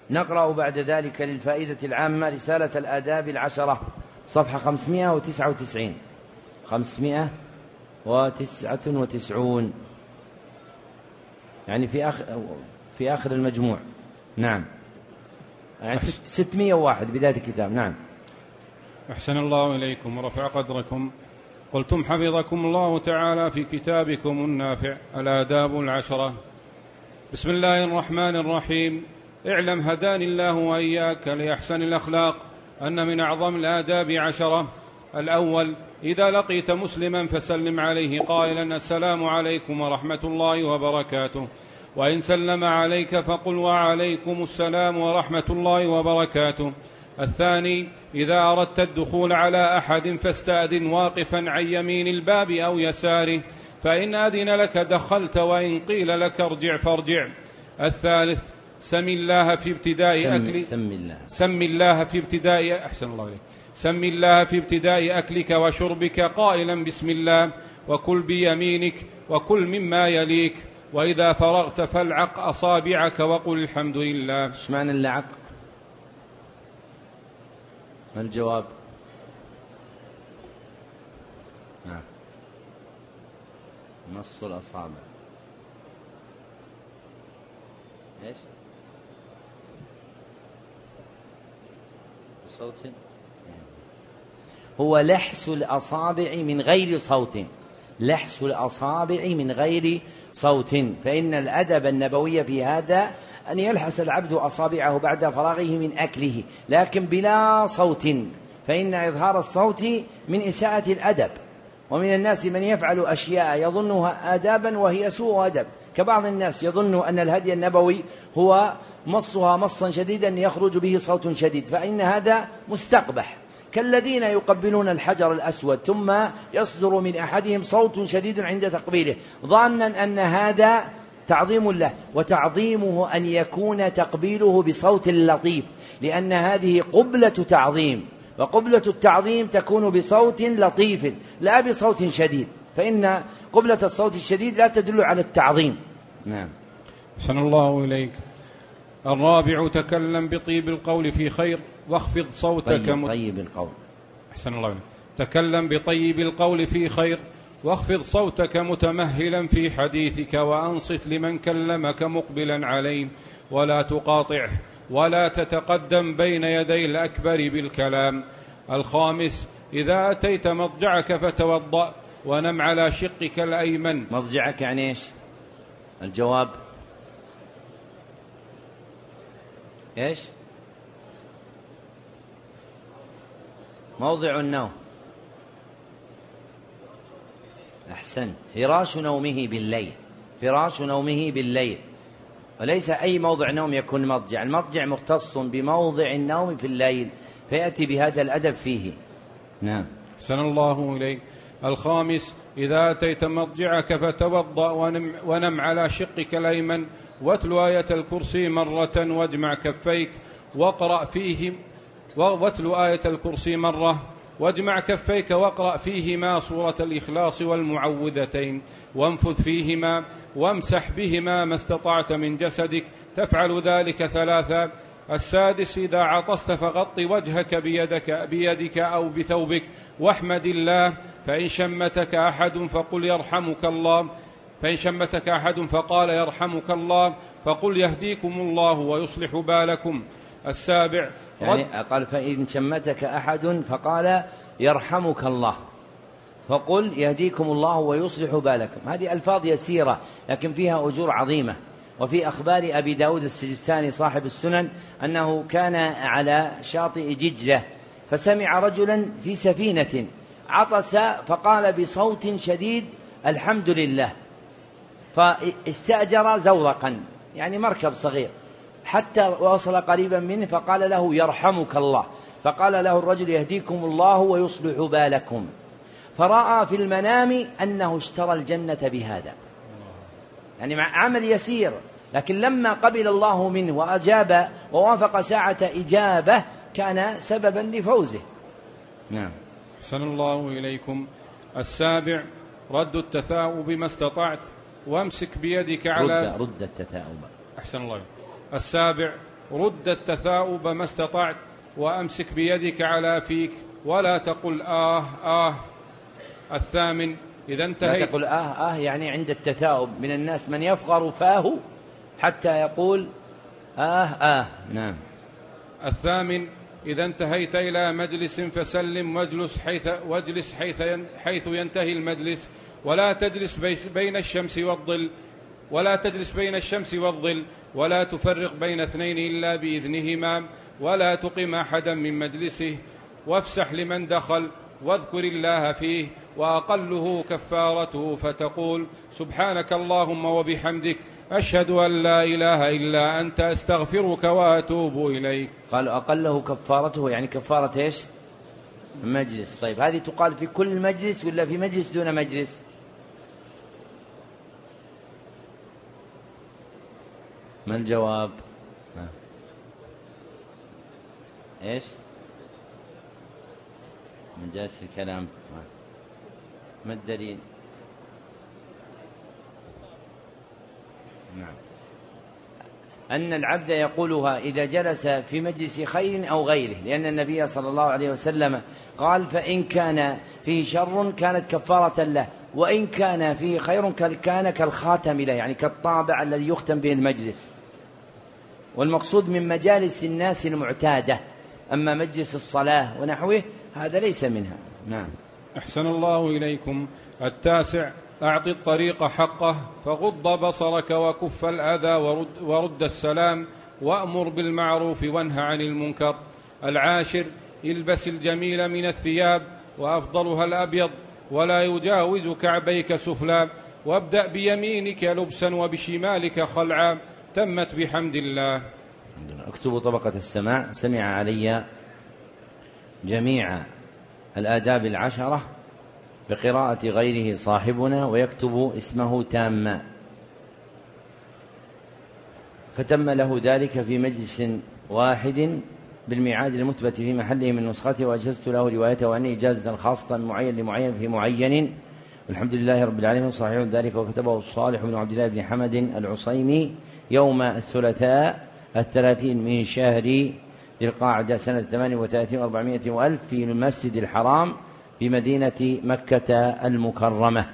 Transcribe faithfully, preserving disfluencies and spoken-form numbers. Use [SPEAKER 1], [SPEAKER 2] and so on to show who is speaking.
[SPEAKER 1] نقرأ بعد ذلك للفائدة العامة رسالة الآداب العشرة صفحة خمسمائة وتسعة وتسعين خمسمائة وتسعة وتسعون، يعني في آخر, في آخر المجموع. نعم، يعني ستمائة وواحد بداية الكتاب. نعم.
[SPEAKER 2] أحسن الله إليكم ورفع قدركم. قلتم حفظكم الله تعالى في كتابكم النافع الآداب العشرة. بسم الله الرحمن الرحيم. اعلم هداني الله وإياك لأحسن الأخلاق أن من أعظم الآداب عشرة: الأول، إذا لقيت مسلما فسلم عليه قائلا السلام عليكم ورحمة الله وبركاته، وإن سلم عليك فقل وعليكم السلام ورحمة الله وبركاته. الثاني، إذا أردت الدخول على أحد فاستأذن واقفا عن يمين الباب أو يساره، فإن أذن لك دخلت، وإن قيل لك ارجع فارجع. الثالث، سم الله في ابتداء أكل
[SPEAKER 1] سم الله
[SPEAKER 2] سم الله في ابتداء أحسن الله إليك سم الله في ابتداء أكلك وشربك قائلا بسم الله، وكل بيمينك وكل مما يليك، وإذا فرغت فالعق أصابعك وقل الحمد لله.
[SPEAKER 1] ايش معنى اللعق؟ ما الجواب؟ نعم، مص الأصابع. ايش؟ بصوت؟ هو لحس الأصابع من غير صوت، لحس الأصابع من غير صوت. فإن الأدب النبوي في هذا أن يلحس العبد أصابعه بعد فراغه من أكله، لكن بلا صوت، فإن إظهار الصوت من إساءة الأدب. ومن الناس من يفعل أشياء يظنها آدابا وهي سوء أدب، كبعض الناس يظن أن الهدي النبوي هو مصها مصا شديدا يخرج به صوت شديد، فإن هذا مستقبح، كالذين يقبلون الحجر الأسود ثم يصدر من أحدهم صوت شديد عند تقبيله ظانا أن هذا تعظيم له، وتعظيمه أن يكون تقبيله بصوت لطيف، لأن هذه قبلة تعظيم، وقبلة التعظيم تكون بصوت لطيف لا بصوت شديد، فإن قبلة الصوت الشديد لا تدل على التعظيم. نعم.
[SPEAKER 2] أحسن الله إليك. الرابع، تكلم بطيب القول في خير واخفض صوتك.
[SPEAKER 1] طيب, طيب القول.
[SPEAKER 2] أحسن الله إليك. تكلم بطيب القول في خير واخفض صوتك متمهلا في حديثك، وأنصت لمن كلمك مقبلا عليه، ولا تقاطعه، ولا تتقدم بين يدي الأكبر بالكلام. الخامس، إذا أتيت مضجعك فتوضأ ونم على شقك الأيمن.
[SPEAKER 1] مضجعك يعني إيش؟ الجواب إيش؟ موضع النوم. أحسنت، فراش نومه بالليل، فراش نومه بالليل، وليس أي موضع نوم يكون مضجع. المضجع مختص بموضع النوم في الليل، فيأتي بهذا الأدب فيه. نعم.
[SPEAKER 2] أحسن الله إليك. الخامس، إذا أتيت مضجعك فتوضأ ونم, ونم على شقك الأيمن، واتل آية الكرسي مرة واجمع كفيك واقرأ فيه واتل آية الكرسي مرة واجمع كفيك واقرأ فيهما سورة الإخلاص والمعوذتين، وانفذ فيهما وامسح بهما ما استطعت من جسدك، تفعل ذلك ثلاثا. السادس، إذا عطست فغط وجهك بيدك, بيدك أو بثوبك واحمد الله، فإن شمتك أحد فقل يرحمك الله فإن شمتك أحد فقال يرحمك الله فقل يهديكم الله ويصلح بالكم. السابع،
[SPEAKER 1] يعني قال فإن شمتك أحد فقال يرحمك الله فقل يهديكم الله ويصلح بالكم. هذه ألفاظ يسيرة لكن فيها أجور عظيمة. وفي أخبار أبي داود السجستاني صاحب السنن أنه كان على شاطئ ججلة فسمع رجلا في سفينة عطس فقال بصوت شديد الحمد لله، فاستأجر زورقا يعني مركب صغير حتى وصل قريبا منه فقال له يرحمك الله، فقال له الرجل يهديكم الله ويصلح بالكم، فرأى في المنام أنه اشترى الجنة بهذا، يعني مع عمل يسير لكن لما قبل الله منه وأجاب ووافق ساعة إجابة كان سببا لفوزه. نعم.
[SPEAKER 2] أحسن الله إليكم. السابع، رد التثاؤب ما استطعت، وامسك بيدك على
[SPEAKER 1] رد, رد التثاؤب.
[SPEAKER 2] أحسن الله. السابع، رد التثاؤب ما استطعت، وأمسك بيدك على فيك ولا تقل آه آه. الثامن إذا انتهيت،
[SPEAKER 1] لا تقل آه آه يعني عند التثاؤب من الناس من يفغر فاه حتى يقول آه آه. نعم.
[SPEAKER 2] الثامن إذا انتهيت إلى مجلس فسلم واجلس حيث, واجلس حيث, حيث ينتهي المجلس، ولا تجلس بين الشمس والظل ولا تجلس بين الشمس والظل ولا تفرق بين اثنين إلا بإذنهما، ولا تقم أحدا من مجلسه، وافسح لمن دخل واذكر الله فيه، وأقله كفارته فتقول سبحانك اللهم وبحمدك أشهد أن لا إله إلا أنت أستغفرك وأتوب إليك.
[SPEAKER 1] قال أقله كفارته يعني كفارة إيش؟ مجلس. طيب هذه تقال في كل مجلس ولا في مجلس دون مجلس؟ ما الجواب؟ ها. إيش؟ مجالس الكلام. ما الدليل؟ نعم. أن العبد يقولها إذا جلس في مجلس خير أو غيره، لأن النبي صلى الله عليه وسلم قال فإن كان فيه شر كانت كفارة له، وإن كان فيه خير كان كالخاتم له، يعني كالطابع الذي يختم به المجلس. والمقصود من مجالس الناس المعتادة، أما مجلس الصلاة ونحوه هذا ليس منها. نعم.
[SPEAKER 2] أحسن الله إليكم. التاسع أعط الطريق حقه، فغض بصرك وكف الأذى ورد, ورد السلام، وأمر بالمعروف وانه عن المنكر. العاشر البس الجميل من الثياب وأفضلها الأبيض، ولا يجاوز كعبيك سفلا، وابدأ بيمينك لبسا وبشمالك خلعا، تمت بحمد الله.
[SPEAKER 1] اكتبوا طبقة السماع. سمع علي جميع الآداب العشرة بقراءة غيره صاحبنا، ويكتب اسمه تاما، فتم له ذلك في مجلس واحد بالميعاد المثبت في محله من نسخته، وأجزت له روايته عني إجازة خاصة من معين لمعين في معين. والحمد لله رب العالمين. صحيح ذلك وكتبه الصالح بن عبد الله بن حمد العصيمي يوم الثلاثاء الثلاثين من شهر ذي القاعدة سنة ثمانية وثلاثين وأربعمائة وألف في المسجد الحرام بمدينة مكة المكرمة.